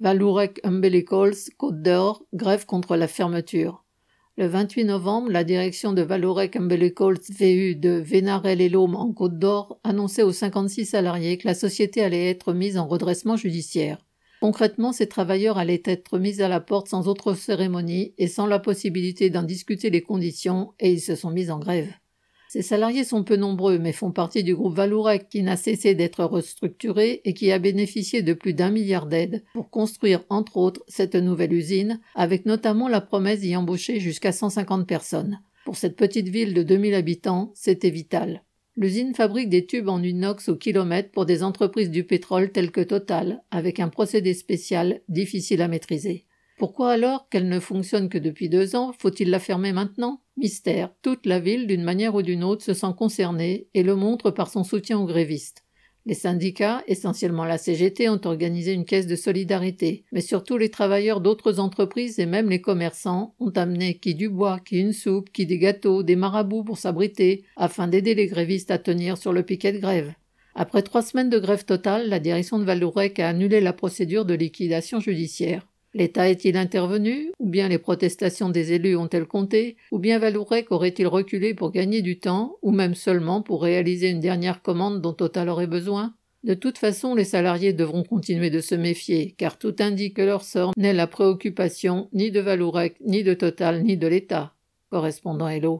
Vallourec Umbilicals, Côte d'Or, grève contre la fermeture. Le 28 novembre, la direction de Vallourec Umbilicals VU de Vénarel-et-Laume en Côte d'Or annonçait aux 56 salariés que la société allait être mise en redressement judiciaire. Concrètement, ces travailleurs allaient être mis à la porte sans autre cérémonie et sans la possibilité d'en discuter les conditions, et ils se sont mis en grève. Ces salariés sont peu nombreux, mais font partie du groupe Vallourec qui n'a cessé d'être restructuré et qui a bénéficié de plus d'1 milliard d'aides pour construire, entre autres, cette nouvelle usine, avec notamment la promesse d'y embaucher jusqu'à 150 personnes. Pour cette petite ville de 2000 habitants, c'était vital. L'usine fabrique des tubes en inox au kilomètre pour des entreprises du pétrole telles que Total, avec un procédé spécial difficile à maîtriser. Pourquoi alors qu'elle ne fonctionne que depuis 2 ans, faut-il la fermer maintenant ? Mystère, toute la ville, d'une manière ou d'une autre, se sent concernée et le montre par son soutien aux grévistes. Les syndicats, essentiellement la CGT, ont organisé une caisse de solidarité, mais surtout les travailleurs d'autres entreprises et même les commerçants ont amené qui du bois, qui une soupe, qui des gâteaux, des marabouts pour s'abriter, afin d'aider les grévistes à tenir sur le piquet de grève. Après 3 semaines de grève totale, la direction de Vallourec a annulé la procédure de liquidation judiciaire. L'État est-il intervenu, ou bien les protestations des élus ont-elles compté, ou bien Vallourec aurait-il reculé pour gagner du temps, ou même seulement pour réaliser une dernière commande dont Total aurait besoin ? De toute façon, les salariés devront continuer de se méfier, car tout indique que leur sort n'est la préoccupation ni de Vallourec, ni de Total, ni de l'État. Correspondant Hello.